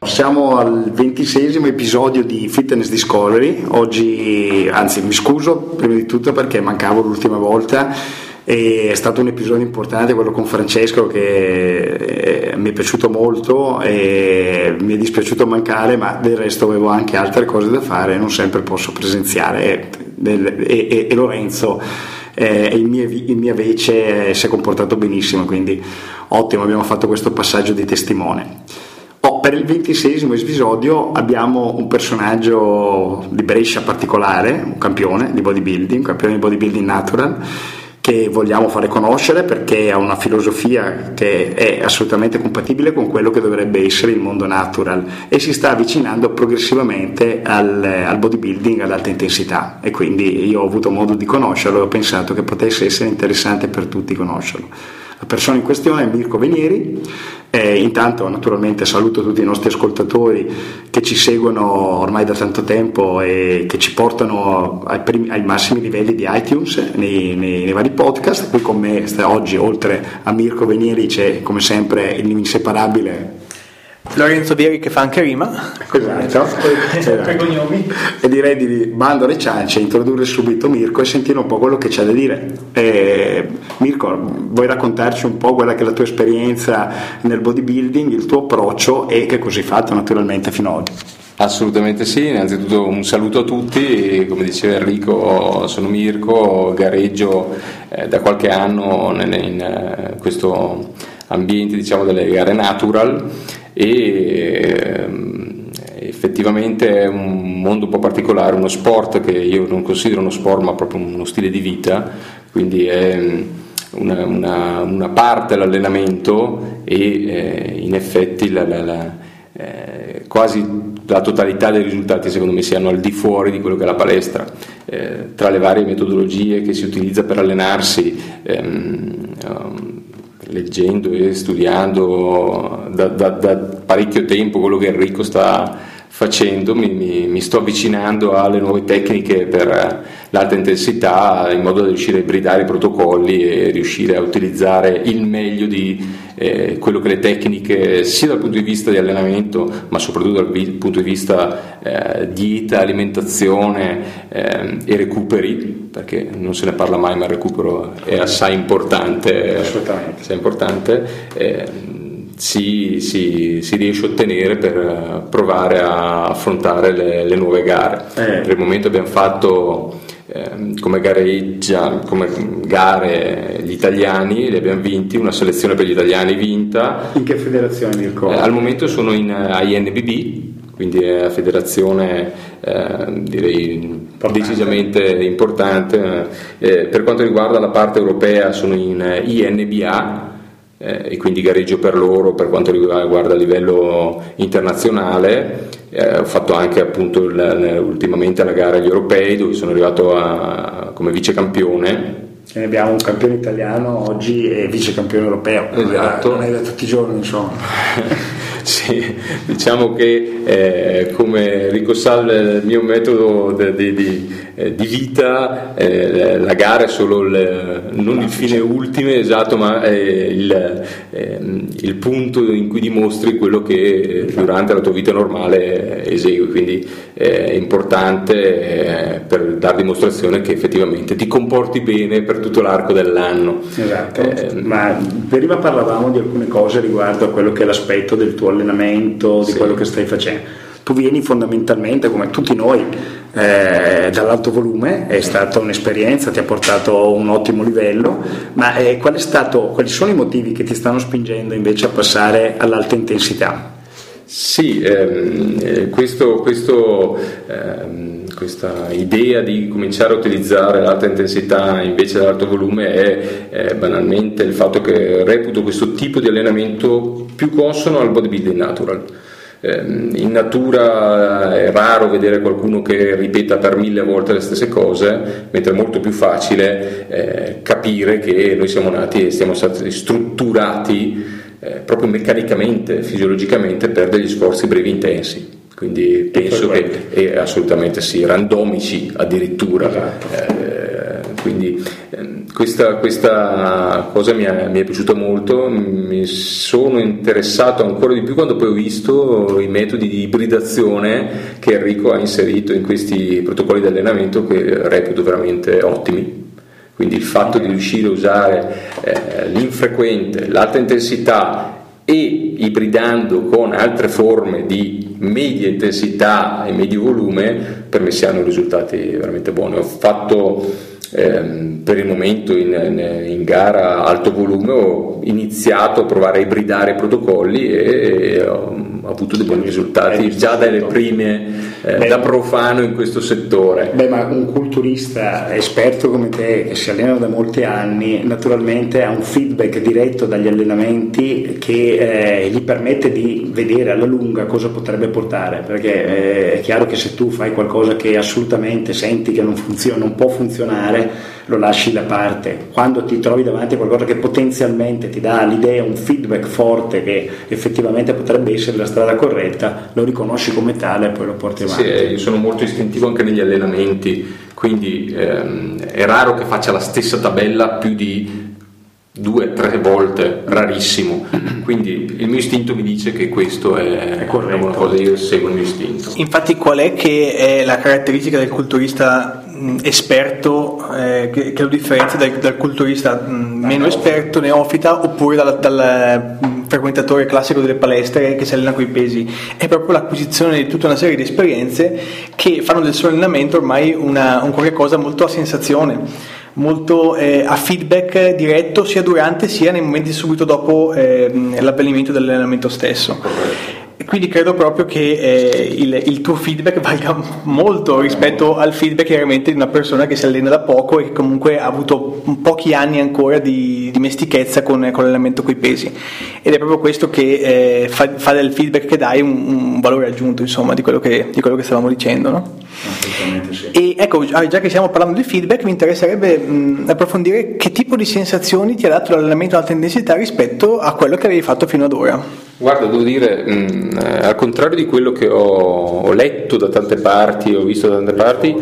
Siamo al 26esimo episodio di Fitness Discovery. Oggi, anzi mi scuso prima di tutto perché mancavo l'ultima volta e è stato un episodio importante quello con Francesco che mi è piaciuto molto e mi è dispiaciuto mancare, ma del resto avevo anche altre cose da fare, non sempre posso presenziare e Lorenzo in mia vece si è comportato benissimo, quindi ottimo, abbiamo fatto questo passaggio di testimone. Per il 26esimo episodio abbiamo un personaggio di Brescia particolare, un campione di bodybuilding natural, che vogliamo fare conoscere perché ha una filosofia che è assolutamente compatibile con quello che dovrebbe essere il mondo natural e si sta avvicinando progressivamente al bodybuilding ad alta intensità, e quindi io ho avuto modo di conoscerlo e ho pensato che potesse essere interessante per tutti conoscerlo. La persona in questione è Mirko Venieri. Intanto naturalmente saluto tutti i nostri ascoltatori che ci seguono ormai da tanto tempo e che ci portano ai massimi livelli di iTunes nei vari podcast. Qui con me oggi, oltre a Mirko Venieri, c'è come sempre l'inseparabile Lorenzo Vieri, che fa anche rima. Esatto. E direi di bando alle ciance, introdurre subito Mirko e sentire un po' quello che c'ha da dire. Mirko, vuoi raccontarci un po' quella che è la tua esperienza nel bodybuilding, il tuo approccio e che cosa hai fatto naturalmente fino ad oggi? Assolutamente sì, innanzitutto un saluto a tutti. Come diceva Enrico, sono Mirko, gareggio da qualche anno in questo ambiente, diciamo, delle gare natural, e effettivamente è un mondo un po' particolare, uno sport che io non considero uno sport ma proprio uno stile di vita, quindi è una parte l'allenamento e in effetti quasi la totalità dei risultati secondo me si hanno al di fuori di quello che è la palestra. Tra le varie metodologie che si utilizza per allenarsi, leggendo e studiando da parecchio tempo quello che Enrico sta facendo, mi sto avvicinando alle nuove tecniche per l'alta intensità, in modo da riuscire a ibridare i protocolli e riuscire a utilizzare il meglio di quello che le tecniche, sia dal punto di vista di allenamento ma soprattutto dal punto di vista dieta, alimentazione e recuperi, perché non se ne parla mai ma il recupero è assai importante. Assolutamente. Assai importante. Si riesce a ottenere per provare a affrontare le nuove gare. Per il momento abbiamo fatto come gare gli italiani, li abbiamo vinti, una selezione per gli italiani vinta. In che federazione, Mirko? Al momento sono in INBB, quindi è una federazione direi decisamente importante. Per quanto riguarda la parte europea sono in INBA, e quindi gareggio per loro per quanto riguarda a livello internazionale. Ho fatto anche appunto ultimamente la gara agli europei, dove sono arrivato come vice campione. E ne abbiamo un campione italiano oggi e vice campione europeo. Esatto. Non è da tutti i giorni, insomma. Sì, diciamo che come Enrico sa, il mio metodo di vita, la gara è solo non il fine ultime, esatto, ma il punto in cui dimostri quello che durante la tua vita normale esegui, quindi è importante per dar dimostrazione che effettivamente ti comporti bene per tutto l'arco dell'anno. Esatto, ma prima parlavamo di alcune cose riguardo a quello che è l'aspetto del tuo allenamento, di quello che stai facendo. Tu vieni fondamentalmente, come tutti noi, dall'alto volume, è stata un'esperienza, ti ha portato a un ottimo livello, ma quali sono i motivi che ti stanno spingendo invece a passare all'alta intensità? Sì, questa idea di cominciare a utilizzare l'alta intensità invece dell'alto volume è banalmente il fatto che reputo questo tipo di allenamento più consono al bodybuilding natural. In natura è raro vedere qualcuno che ripeta per 1000 volte le stesse cose, mentre è molto più facile capire che noi siamo nati e siamo stati strutturati proprio meccanicamente, fisiologicamente, per degli sforzi brevi intensi. Quindi penso che assolutamente sì, randomici addirittura. Esatto. Quindi questa cosa mi è piaciuta molto, mi sono interessato ancora di più quando poi ho visto i metodi di ibridazione che Enrico ha inserito in questi protocolli di allenamento, che reputo veramente ottimi. Quindi il fatto di riuscire a usare l'infrequente, l'alta intensità e ibridando con altre forme di media intensità e medio volume, per me si hanno risultati veramente buoni. Ho fatto per il momento in gara alto volume, ho iniziato a provare a ibridare i protocolli e ho avuto dei buoni risultati già dalle prime da profano in questo settore. Ma un culturista esperto come te, che si allena da molti anni, naturalmente ha un feedback diretto dagli allenamenti che gli permette di vedere alla lunga cosa potrebbe portare, perché è chiaro che se tu fai qualcosa che assolutamente senti che non funziona, non può funzionare, lo lasci da parte. Quando ti trovi davanti a qualcosa che potenzialmente ti dà l'idea, un feedback forte che effettivamente potrebbe essere la strada corretta, lo riconosci come tale e poi lo porti avanti. Sì, io sono molto istintivo anche negli allenamenti, quindi è raro che faccia la stessa tabella più di 2-3 volte, rarissimo. Quindi il mio istinto mi dice che questo è una cosa, io seguo il mio istinto. Infatti, qual è che è la caratteristica del culturista esperto che lo differenzia dal culturista meno esperto, neofita, oppure dal frequentatore classico delle palestre che si allena coi pesi? È proprio l'acquisizione di tutta una serie di esperienze che fanno del suo allenamento ormai un qualche cosa molto a sensazione, molto a feedback diretto, sia durante sia nei momenti subito dopo l'avvenimento dell'allenamento stesso. Corretto. Quindi credo proprio che il tuo feedback valga molto rispetto al feedback chiaramente di una persona che si allena da poco e che comunque ha avuto pochi anni ancora di dimestichezza con l'allenamento coi pesi, ed è proprio questo che fa del feedback che dai un valore aggiunto, insomma, di quello che stavamo dicendo, no? Assolutamente sì. E ecco, già che stiamo parlando di feedback, mi interesserebbe approfondire che tipo di sensazioni ti ha dato l'allenamento ad alta intensità rispetto a quello che avevi fatto fino ad ora. Guarda, devo dire, al contrario di quello che ho letto da tante parti, ho visto da tante parti,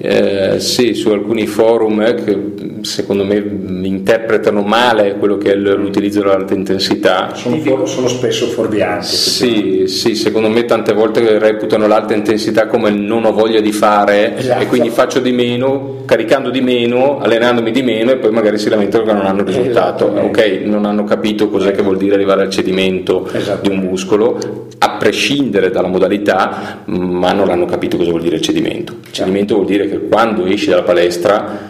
sì, su alcuni forum che secondo me interpretano male quello che è l'utilizzo dell'alta intensità. Sono spesso fuorvianti. Sì, secondo me tante volte reputano l'alta intensità come non ho voglia di fare, esatto. E quindi faccio di meno, caricando di meno, allenandomi di meno, e poi magari si lamentano che non hanno risultato. Ok, non hanno capito cos'è che vuol dire arrivare al cedimento, esatto, di un muscolo, a prescindere dalla modalità, ma non hanno capito cosa vuol dire il cedimento. Il cedimento vuol dire che quando esci dalla palestra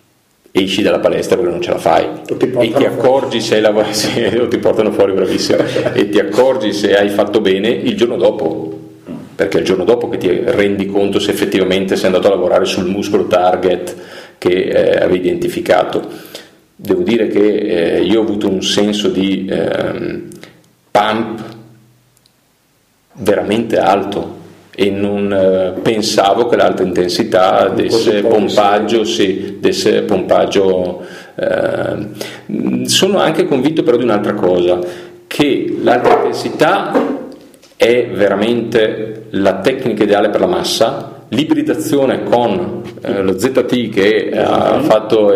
perché non ce la fai e ti accorgi se o ti portano fuori, bravissimo, e ti accorgi se hai fatto bene il giorno dopo, perché è il giorno dopo che ti rendi conto se effettivamente sei andato a lavorare sul muscolo target che avevi identificato. Devo dire che io ho avuto un senso di pump veramente alto e non pensavo che l'alta intensità desse pompaggio. Sono anche convinto però di un'altra cosa, che l'alta intensità è veramente la tecnica ideale per la massa. L'ibridazione con lo ZT che ha fatto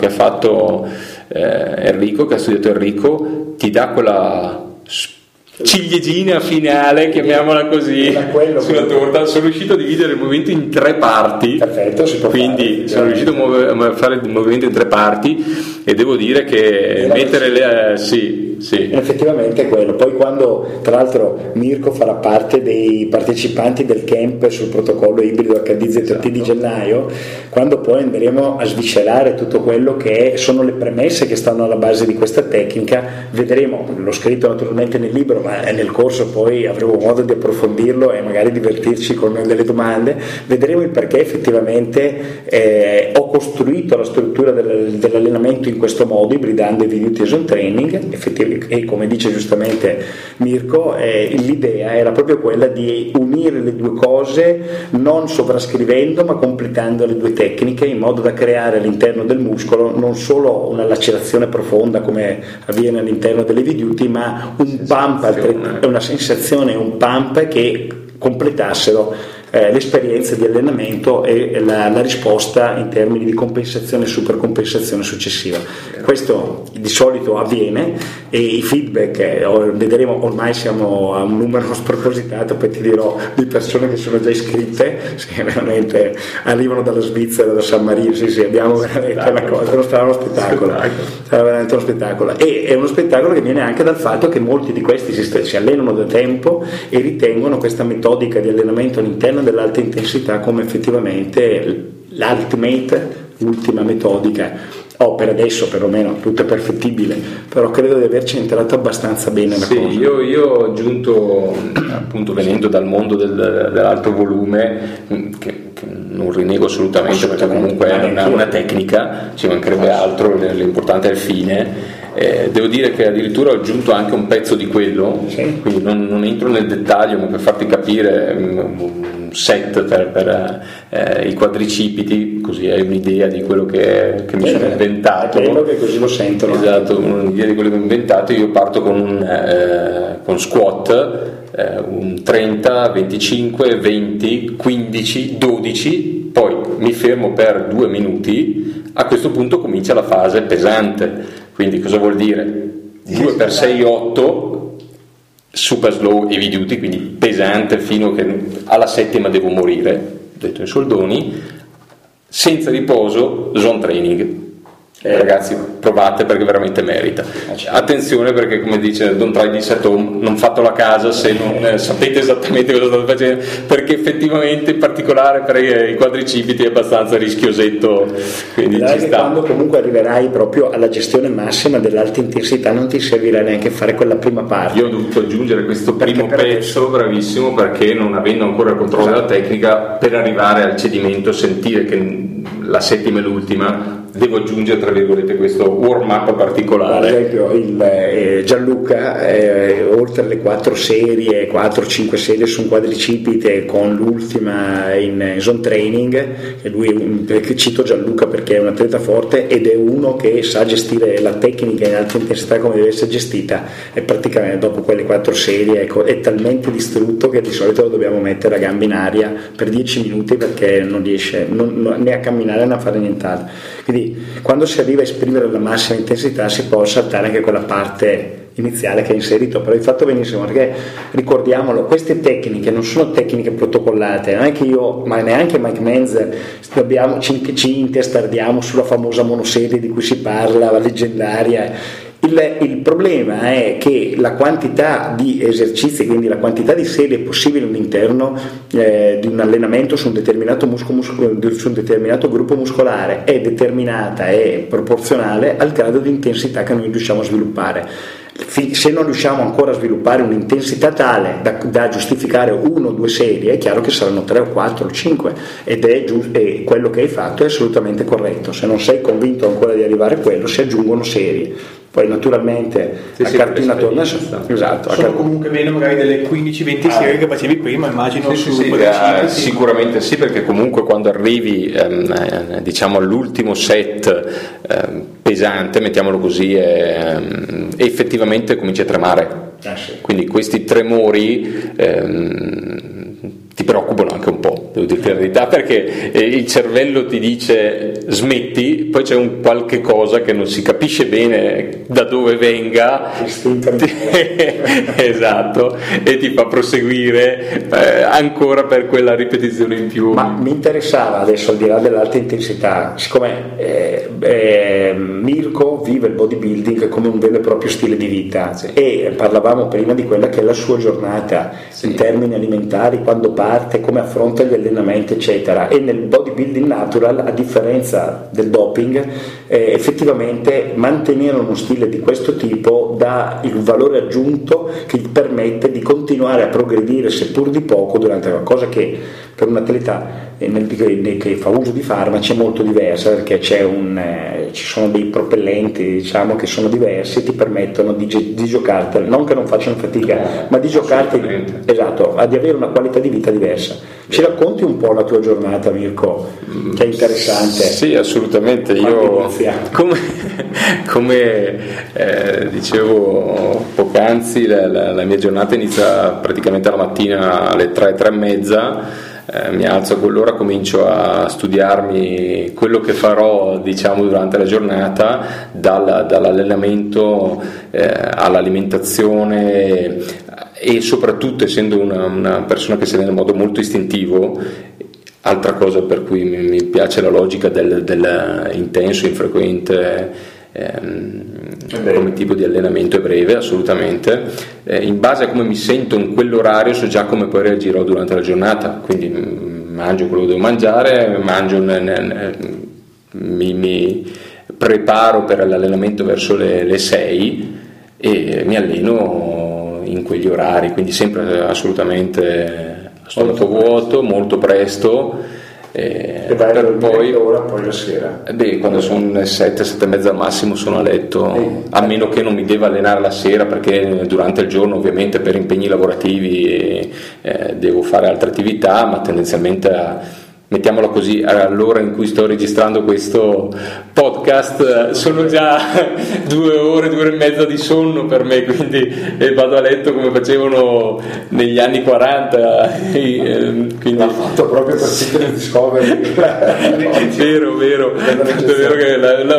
Enrico, che ha studiato Enrico, ti dà quella ciliegina finale, chiamiamola così, sulla torta. Sono riuscito a dividere il movimento in 3 parti. Perfetto, quindi sono riuscito a fare il movimento in 3 parti, e devo dire che mettere le sì. Effettivamente è quello. Poi quando, tra l'altro, Mirko farà parte dei partecipanti del camp sul protocollo ibrido HDZT di gennaio, quando poi andremo a sviscerare tutto quello che sono le premesse che stanno alla base di questa tecnica, vedremo, l'ho scritto naturalmente nel libro, ma nel corso poi avremo modo di approfondirlo e magari divertirci con delle domande, vedremo il perché effettivamente ho costruito la struttura dell'allenamento in questo modo, ibridando i video Tyson Training. E come dice giustamente Mirko, l'idea era proprio quella di unire le due cose, non sovrascrivendo ma completando le due tecniche, in modo da creare all'interno del muscolo non solo una lacerazione profonda come avviene all'interno delle V-Duty, ma un pump, una sensazione, un pump che completassero l'esperienza di allenamento e la risposta in termini di compensazione e supercompensazione successiva. Questo di solito avviene e i feedback, vedremo, ormai siamo a un numero spropositato, poi ti dirò, di persone che sono già iscritte, sì, veramente arrivano dalla Svizzera, da San Marino, sì, abbiamo veramente una cosa, sarà uno spettacolo, sarà veramente uno spettacolo, e è uno spettacolo che viene anche dal fatto che molti di questi si allenano da tempo e ritengono questa metodica di allenamento all'interno dell'alta intensità come effettivamente l'ultima metodica. Per adesso perlomeno tutto è perfettibile, però credo di averci entrato abbastanza bene la cosa. Io ho aggiunto, appunto venendo dal mondo dell'alto volume, che non rinego assolutamente, perché comunque è una tecnica, ci mancherebbe altro, l'importante è il fine. Devo dire che addirittura ho aggiunto anche un pezzo di quello, sì. Quindi non entro nel dettaglio, ma per farti capire un set per i quadricipiti, così hai un'idea di quello che mi sono inventato. È che così lo sentono. Esatto, un'idea di quello che ho inventato. Io parto con squat, un 30, 25, 20, 15, 12, poi mi fermo per 2 minuti. A questo punto comincia la fase pesante. Quindi cosa vuol dire? 2x6, 8, super slow heavy duty, quindi pesante fino che alla 7ª devo morire, detto in soldoni, senza riposo, zone training. Ragazzi, provate perché veramente merita. Attenzione, perché come dice Don't try this at home, non fatelo a casa se non sapete esattamente cosa state facendo, perché effettivamente in particolare per i quadricipiti è abbastanza rischiosetto, quindi ci sta. Quando comunque arriverai proprio alla gestione massima dell'alta intensità non ti servirà neanche fare quella prima parte. Io ho dovuto aggiungere questo primo pezzo, bravissimo, perché non avendo ancora il controllo della tecnica, per arrivare al cedimento, sentire che la 7ª e l'ultima, devo aggiungere tra virgolette questo warm up particolare. Per esempio Gianluca, oltre alle 4-5 serie su un quadricipite con l'ultima in zone training, e lui, cito Gianluca perché è un atleta forte ed è uno che sa gestire la tecnica in alta intensità come deve essere gestita, e praticamente dopo quelle 4 serie è talmente distrutto che di solito lo dobbiamo mettere a gambe in aria per 10 minuti perché non riesce né a camminare né a fare nient'altro. Quindi quando si arriva a esprimere la massima intensità si può saltare anche quella parte iniziale che è inserito, però hai fatto benissimo, perché ricordiamolo, queste tecniche non sono tecniche protocollate, non è che io, ma neanche Mike Menz, ci intestardiamo sulla famosa monoserie di cui si parla, la leggendaria. Il problema è che la quantità di esercizi, quindi la quantità di serie possibili all'interno di un allenamento su un determinato su un determinato gruppo muscolare è determinata e proporzionale al grado di intensità che noi riusciamo a sviluppare. Se non riusciamo ancora a sviluppare un'intensità tale da giustificare 1 o 2 serie, è chiaro che saranno 3 o 4 o 5, ed è giusto, e quello che hai fatto è assolutamente corretto. Se non sei convinto ancora di arrivare a quello, si aggiungono serie. Poi naturalmente a cartina torna, esatto, sono comunque meno magari delle 15-20 serie che facevi prima, immagino. Sicuramente sì, perché comunque quando arrivi diciamo all'ultimo set pesante, mettiamolo così, effettivamente cominci a tremare. Quindi questi tremori ti preoccupano anche un po', devo dirti la verità, perché il cervello ti dice smetti, poi c'è un qualche cosa che non si capisce bene da dove venga, esatto, e ti fa proseguire ancora per quella ripetizione in più. Ma mi interessava adesso, al di là dell'alta intensità, siccome Mirko vive il bodybuilding come un vero e proprio stile di vita, sì. E parlavamo prima di quella che è la sua giornata, sì, in termini alimentari, quando parte, come affronta gli allenamenti eccetera, e nel bodybuilding natural, a differenza del doping, effettivamente mantenere uno stile di questo tipo dà il valore aggiunto che gli permette di continuare a progredire seppur di poco durante una cosa che per un atleta che fa uso di farmaci è molto diversa, perché ci sono dei propellenti, diciamo, che sono diversi e ti permettono di giocarteli, non che non facciano fatica, ma di giocarteli, esatto, di avere una qualità di vita diversa. Ci racconti un po' la tua giornata, Mirko, che è interessante? Sì, assolutamente. Io come dicevo poc'anzi, la mia giornata inizia praticamente la mattina alle 3:30. mi alzo a quell'ora, comincio a studiarmi quello che farò, diciamo, durante la giornata, dall'allenamento all'alimentazione, e soprattutto, essendo una persona che si allena in modo molto istintivo, altra cosa per cui mi piace la logica del intenso, infrequente, come tipo di allenamento è breve, assolutamente, in base a come mi sento in quell'orario so già come poi reagirò durante la giornata, quindi mangio quello che devo mangiare, mi preparo per l'allenamento verso le 6 e mi alleno in quegli orari, quindi sempre assolutamente a stomaco vuoto, molto presto. E vai per poi ora, poi la sera. Quando sono le 7 e mezza al massimo sono a letto, a meno che non mi deva allenare la sera, perché durante il giorno ovviamente per impegni lavorativi devo fare altre attività, ma tendenzialmente mettiamola così, all'ora in cui sto registrando questo podcast sono già 2 ore e mezza di sonno per me, quindi vado a letto come facevano negli anni 40, quindi l'ha fatto proprio per Fitness Discovery. vero che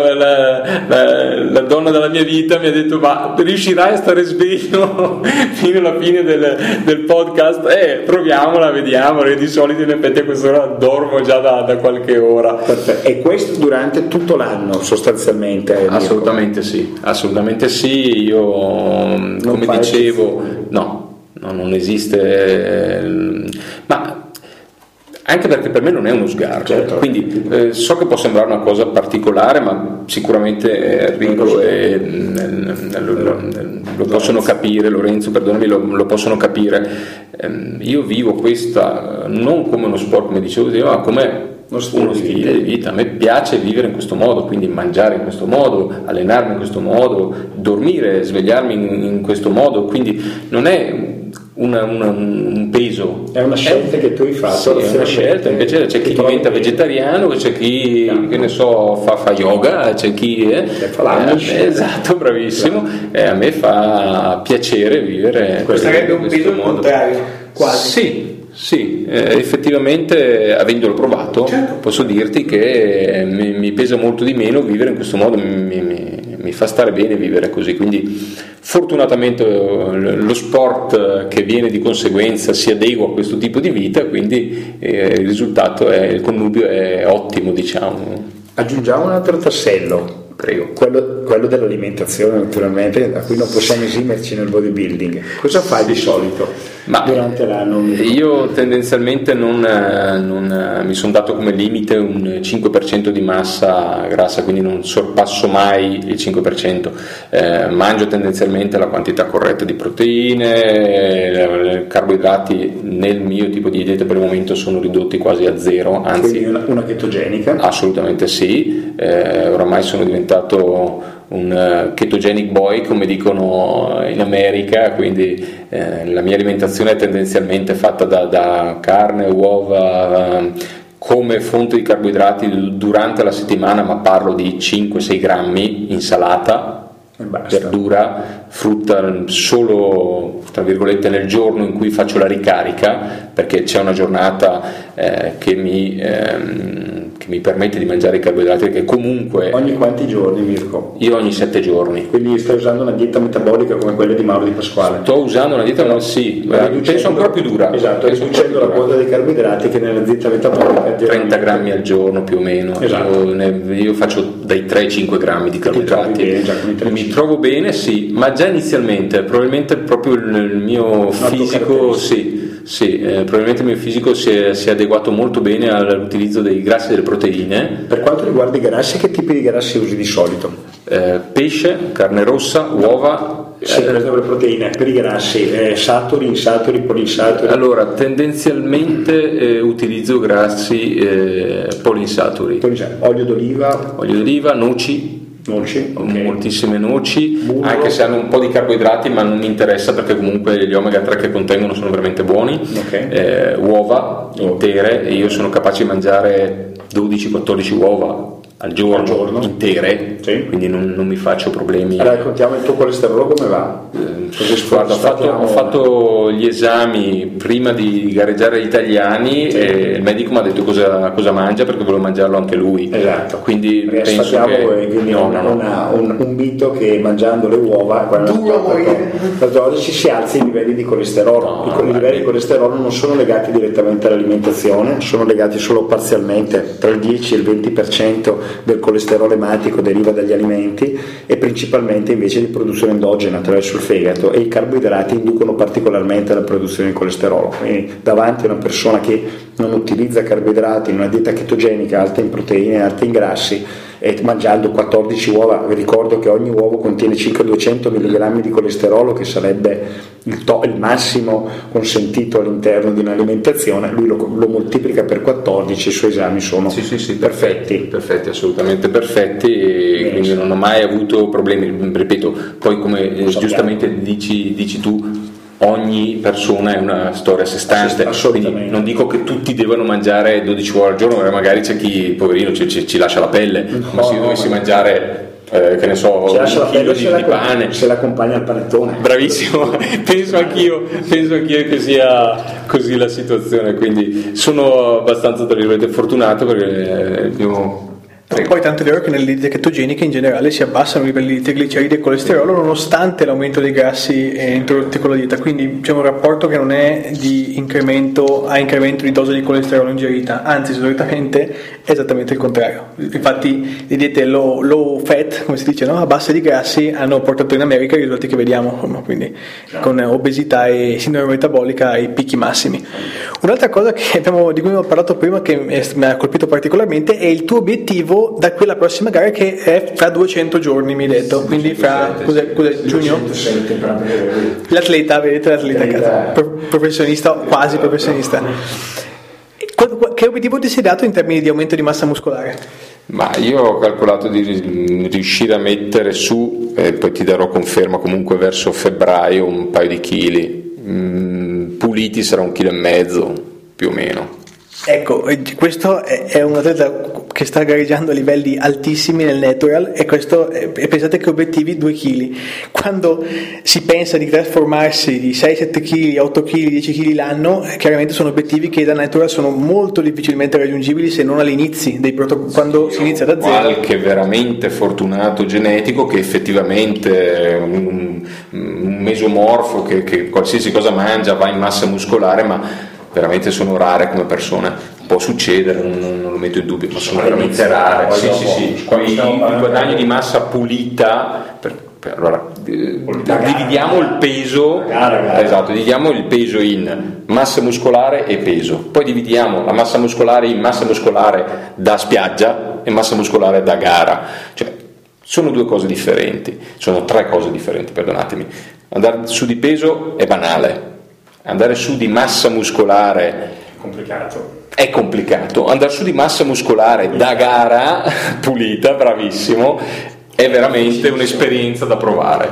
la donna della mia vita mi ha detto: ma riuscirai a stare sveglio fino alla fine del podcast? Proviamola, vediamo. E di solito in effetti a quest'ora dormo già da qualche ora. Perfetto. E questo durante tutto l'anno sostanzialmente? Assolutamente sì. Io come dicevo non esiste, ma anche perché per me non è uno sgarro, certo. Quindi so che può sembrare una cosa particolare, ma sicuramente Enrico lo possono capire, Lorenzo, perdonami, lo possono capire. Io vivo questa non come uno sport, come dicevo, ma come uno stile di vita. A me piace vivere in questo modo, quindi mangiare in questo modo, allenarmi in questo modo, dormire, svegliarmi in questo modo, quindi non è un peso, è una scelta che tu hai fatto. Sì, è una scelta. Invece c'è chi diventa vegetariano, c'è chi che ne so fa yoga, c'è chi fa l'amish. Esatto, bravissimo. A me fa piacere vivere sarebbe un peso contrario, quasi. Sì, effettivamente, avendolo provato, certo, posso dirti che mi pesa molto di meno vivere in questo modo, mi fa stare bene vivere così, quindi fortunatamente lo sport che viene di conseguenza si adegua a questo tipo di vita, quindi il risultato il connubio è ottimo, diciamo. Aggiungiamo un altro tassello. Prego. Quello dell'alimentazione, naturalmente, da cui non possiamo esimerci nel bodybuilding. Cosa fai di solito durante l'anno? Io tendenzialmente non mi sono dato come limite un 5% di massa grassa, quindi non sorpasso mai il 5%. Mangio tendenzialmente la quantità corretta di proteine, carboidrati nel mio tipo di dieta per il momento sono ridotti quasi a zero, anzi una chetogenica? Assolutamente sì, oramai sono diventato un ketogenic boy, come dicono in America, quindi la mia alimentazione è tendenzialmente fatta da carne, uova come fonte di carboidrati durante la settimana, ma parlo di 5-6 grammi, insalata, verdura, frutta solo tra virgolette nel giorno in cui faccio la ricarica, perché c'è una giornata che mi permette di mangiare i carboidrati, che comunque ogni quanti giorni, Mirko? Io ogni 7 giorni. Quindi stai usando una dieta metabolica come quella di Mauro Di Pasquale? Sto usando una dieta penso ancora più dura, esatto, riducendo la quota dei carboidrati che nella dieta metabolica 30 grammi al giorno più o meno, esatto. Io faccio dai 3 ai 5 grammi di carboidrati, mi trovo bene, sì, ma già inizialmente probabilmente proprio il mio fisico probabilmente il mio fisico si è adeguato molto bene all'utilizzo dei grassi e delle proteine. Per quanto riguarda i grassi, che tipi di grassi usi di solito? Pesce, carne rossa, uova. Sì, per esempio le proteine, per i grassi, saturi, insaturi, polinsaturi. Allora, tendenzialmente utilizzo grassi polinsaturi. Olio d'oliva, noci. Okay. Moltissime noci, burro, anche se hanno un po' di carboidrati, ma non mi interessa perché comunque gli omega 3 che contengono sono veramente buoni. Uova intere, e io sono capace di mangiare 12-14 uova al giorno. Intere, sì. Quindi non mi faccio problemi. Allora, raccontiamo il tuo colesterolo come va? Guarda, ho fatto gli esami prima di gareggiare gli italiani, sì. E il medico mi ha detto cosa mangia, perché volevo mangiarlo anche lui. Esatto. Quindi penso che un mito che mangiando le uova quando si alzi i livelli di colesterolo. I livelli di colesterolo non sono legati direttamente all'alimentazione, sono legati solo parzialmente. Tra il 10 e il 20% del colesterolo ematico deriva dagli alimenti, e principalmente invece di produzione endogena attraverso il fegato, e i carboidrati inducono particolarmente la produzione di colesterolo. Quindi davanti a una persona che non utilizza carboidrati, in una dieta chetogenica alta in proteine, alta in grassi, e mangiando 14 uova, vi ricordo che ogni uovo contiene circa 200 mg di colesterolo, che sarebbe il massimo consentito all'interno di un'alimentazione, lui lo moltiplica per 14, i suoi esami sono perfetti, assolutamente perfetti, e quindi non ho mai avuto problemi, ripeto. Poi, come giustamente dici tu, ogni persona è una storia a sé stante, quindi non dico che tutti devono mangiare 12 uova al giorno, magari c'è chi, poverino, ci lascia la pelle, ma se io dovessi mangiare che ne so, un chilo di pane, se l'accompagna al panettone. Bravissimo. penso anch'io che sia così la situazione, quindi sono abbastanza, tra virgolette, fortunato, perché E poi tanto è vero che nelle diete ketogeniche in generale si abbassano i livelli di trigliceridi e colesterolo nonostante l'aumento dei grassi introdotti con la dieta, quindi c'è un rapporto che non è di incremento di dose di colesterolo ingerita, anzi solitamente è esattamente il contrario. Infatti le diete low fat, come si dice, no? A base di grassi, hanno portato in America i risultati che vediamo, quindi con obesità e sindrome metabolica ai picchi massimi. Un'altra cosa di cui abbiamo parlato prima, che mi ha colpito particolarmente, è il tuo obiettivo da quella prossima gara, che è fra 200 giorni, mi hai detto, quindi fra giugno? L'atleta, vedete, l'atleta professionista, quasi professionista. Che obiettivo ti sei dato in termini di aumento di massa muscolare? Ma io ho calcolato di riuscire a mettere su, poi ti darò conferma, comunque verso febbraio, un paio di chili, puliti sarà 1,5 kg più o meno. Ecco, questo è un atleta che sta gareggiando a livelli altissimi nel natural, e pensate che obiettivi 2 kg. Quando si pensa di trasformarsi di 6-7 kg, 8 kg, 10 kg l'anno, chiaramente sono obiettivi che da natural sono molto difficilmente raggiungibili, se non all'inizio quando si inizia da zero. Qualche veramente fortunato genetico che effettivamente un mesomorfo che qualsiasi cosa mangia va in massa muscolare, ma veramente sono rare come persone. Può succedere, non lo metto in dubbio, ma sono veramente rare. Sì. Il guadagno di massa pulita, allora dividiamo il peso, esatto, dividiamo il peso in massa muscolare e peso, poi dividiamo la massa muscolare in massa muscolare da spiaggia e massa muscolare da gara, cioè sono 2 cose differenti, sono 3 cose differenti, perdonatemi. Andare su di peso è banale, andare su di massa muscolare è complicato. Andare su di massa muscolare da gara pulita, bravissimo, è veramente un'esperienza da provare,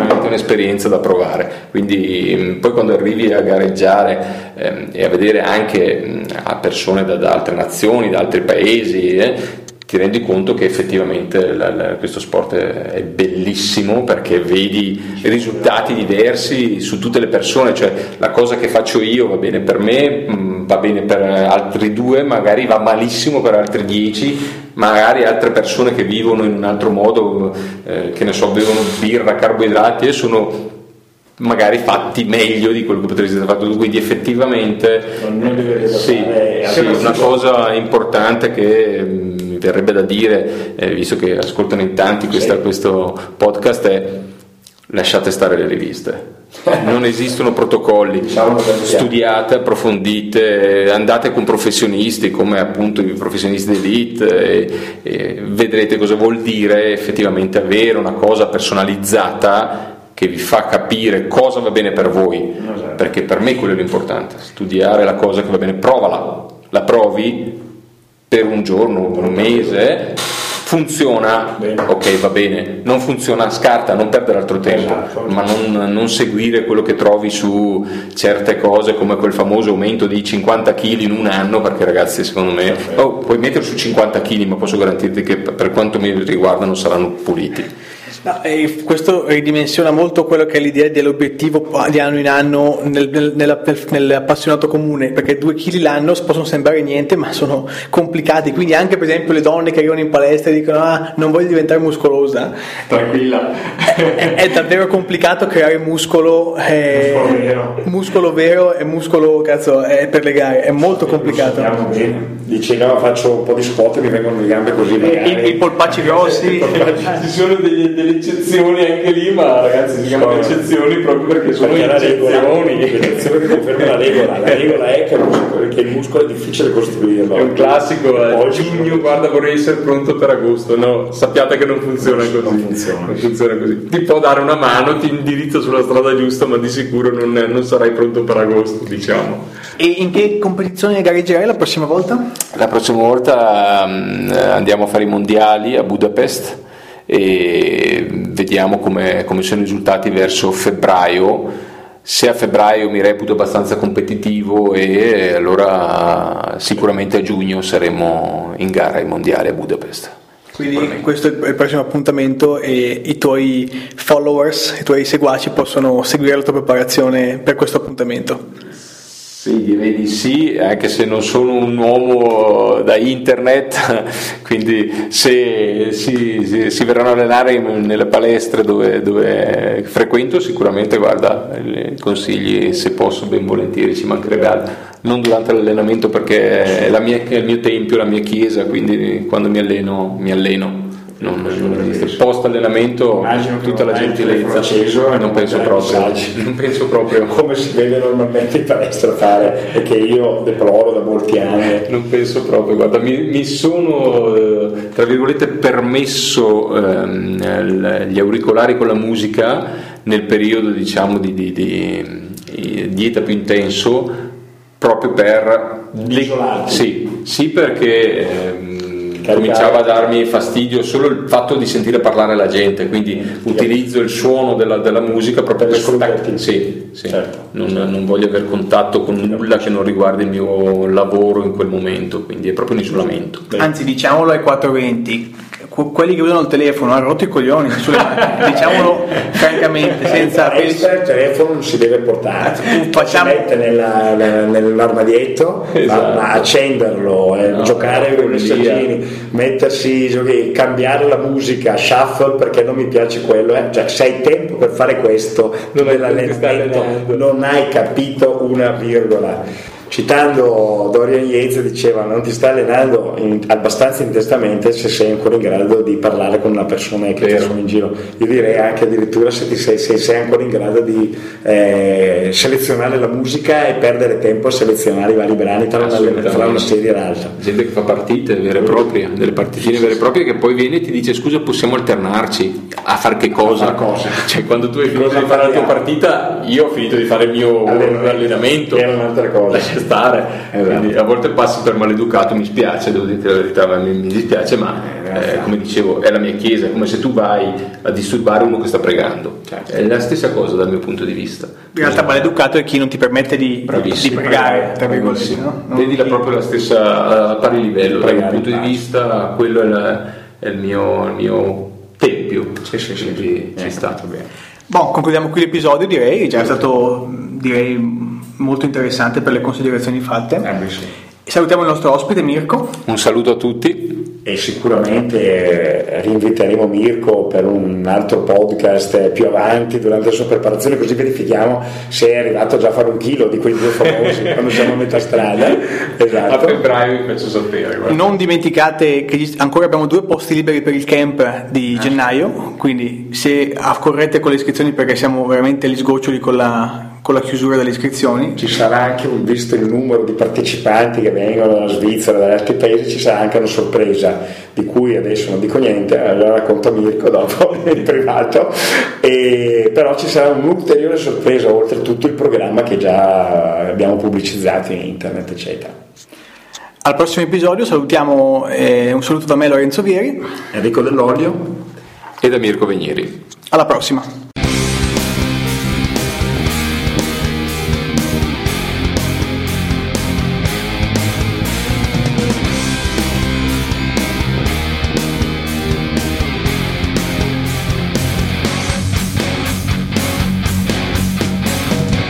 quindi poi quando arrivi a gareggiare e a vedere anche a persone da altre nazioni, da altri paesi, ti rendi conto che effettivamente questo sport è bellissimo, perché vedi risultati diversi su tutte le persone, cioè la cosa che faccio io va bene per me, va bene per altri 2, magari va malissimo per altri 10, magari altre persone che vivono in un altro modo, che ne so, bevono birra, carboidrati, e sono magari fatti meglio di quello che potresti aver fatto tu, quindi effettivamente sì, una cosa importante che mi verrebbe da dire, visto che ascoltano in tanti questo podcast, è: lasciate stare le riviste. Non esistono protocolli, studiate, approfondite, andate con professionisti come appunto i professionisti d'elite, e vedrete cosa vuol dire effettivamente avere una cosa personalizzata che vi fa capire cosa va bene per voi, perché per me quello è l'importante, studiare la cosa che va bene. Provala, la provi per un giorno, un mese, funziona, ok, va bene, non funziona, scarta, non perdere altro tempo, ma non seguire quello che trovi su certe cose come quel famoso aumento di 50 kg in un anno, perché ragazzi secondo me puoi mettere su 50 kg, ma posso garantirti che per quanto mi riguarda non saranno puliti. No, questo ridimensiona molto quello che è l'idea dell'obiettivo di anno in anno nell'appassionato comune, perché 2 kg l'anno possono sembrare niente ma sono complicati, quindi anche per esempio le donne che arrivano in palestra e dicono non voglio diventare muscolosa, tranquilla, è davvero complicato creare muscolo vero e muscolo per le gare, è molto complicato. Dici no, faccio un po' di squat e mi vengono le gambe così, i polpacci grossi. Ci sono delle eccezioni anche lì, ma ragazzi si chiamano eccezioni proprio perché sono eccezioni. L'eccezione che conferma la regola è che il muscolo è difficile costruirlo. È un classico, giugno, guarda vorrei essere pronto per agosto, no, sappiate che non funziona così. Non funziona così. Ti può dare una mano, ti indirizza sulla strada giusta, ma di sicuro non sarai pronto per agosto, diciamo. E in che competizione gareggerai la prossima volta? La prossima volta andiamo a fare i mondiali a Budapest e vediamo come sono i risultati verso febbraio. Se a febbraio mi reputo abbastanza competitivo, e allora sicuramente a giugno saremo in gara ai mondiali a Budapest. Quindi questo è il prossimo appuntamento e i tuoi followers, i tuoi seguaci possono seguire la tua preparazione per questo appuntamento. Sì, direi di sì, anche se non sono un uomo da internet, quindi se si verranno a allenare nelle palestre dove frequento, sicuramente guarda, consigli se posso ben volentieri, ci mancherebbe altro. Non durante l'allenamento perché è il mio tempio, la mia chiesa, quindi quando mi alleno. Non esiste. Post allenamento tutta la gentilezza, non penso proprio come si vede normalmente in palestra fare e che io deploro da molti anni. Non penso proprio, guarda, mi sono tra virgolette permesso gli auricolari con la musica nel periodo diciamo di dieta più intenso, proprio per sì perché cominciava a darmi fastidio solo il fatto di sentire parlare la gente, quindi utilizzo il suono della musica proprio per escluderti. Sì. Certo. Non voglio avere contatto con nulla che non riguardi il mio lavoro in quel momento, quindi è proprio un isolamento. Anzi, diciamolo ai 420, quelli che usano il telefono hanno rotto i coglioni, diciamolo francamente, senza il telefono non si deve portare, si mette nell'armadietto, esatto. Ma accenderlo, giocare con i messaggini, mettersi, cambiare la musica, shuffle perché non mi piace quello, cioè se hai tempo per fare questo nell'allenamento non hai capito una virgola. Citando Dorian Yates diceva non ti stai allenando abbastanza intensamente se sei ancora in grado di parlare con una persona che ti sono in giro. Io direi anche addirittura se sei ancora in grado di selezionare la musica e perdere tempo a selezionare i vari brani tra una serie e l'altra. Gente che fa partite vere e proprie, delle partitine vere e proprie, che poi viene e ti dice scusa possiamo alternarci a fare che cosa? Cioè quando tu hai finito di fare la tua partita io ho finito di fare il mio allenamento, era un'altra cosa. Stare, quindi a volte passi per maleducato, mi spiace, devo dire la verità, ma mi dispiace, ma come dicevo è la mia chiesa, è come se tu vai a disturbare uno che sta pregando, è la stessa cosa dal mio punto di vista. In realtà maleducato è chi non ti permette di pregare, tra virgolette, no? Vedi proprio la stessa, a pari livello, dal mio punto di vista quello è il mio tempio, quindi ci sta. Concludiamo qui l'episodio, direi, è già stato molto interessante per le considerazioni fatte. Salutiamo il nostro ospite Mirko. Un saluto a tutti. E sicuramente rinviteremo Mirko per un altro podcast più avanti durante la sua preparazione, così verifichiamo se è arrivato già a fare 1 chilo di quei 2 famosi quando siamo a metà strada. Esatto. A febbraio vi faccio sapere. Guarda. Non dimenticate che ancora abbiamo 2 posti liberi per il camp di gennaio, quindi se accorrete con le iscrizioni perché siamo veramente agli sgoccioli con la chiusura delle iscrizioni. Ci sarà anche, visto il numero di partecipanti che vengono dalla Svizzera, dagli altri paesi, ci sarà anche una sorpresa di cui adesso non dico niente, la racconto a Mirko dopo in privato, però ci sarà un'ulteriore sorpresa oltre tutto il programma che già abbiamo pubblicizzato in internet eccetera. Al prossimo episodio salutiamo, un saluto da me Lorenzo Vieri, Enrico Dell'Olio e da Mirko Venieri. alla prossima.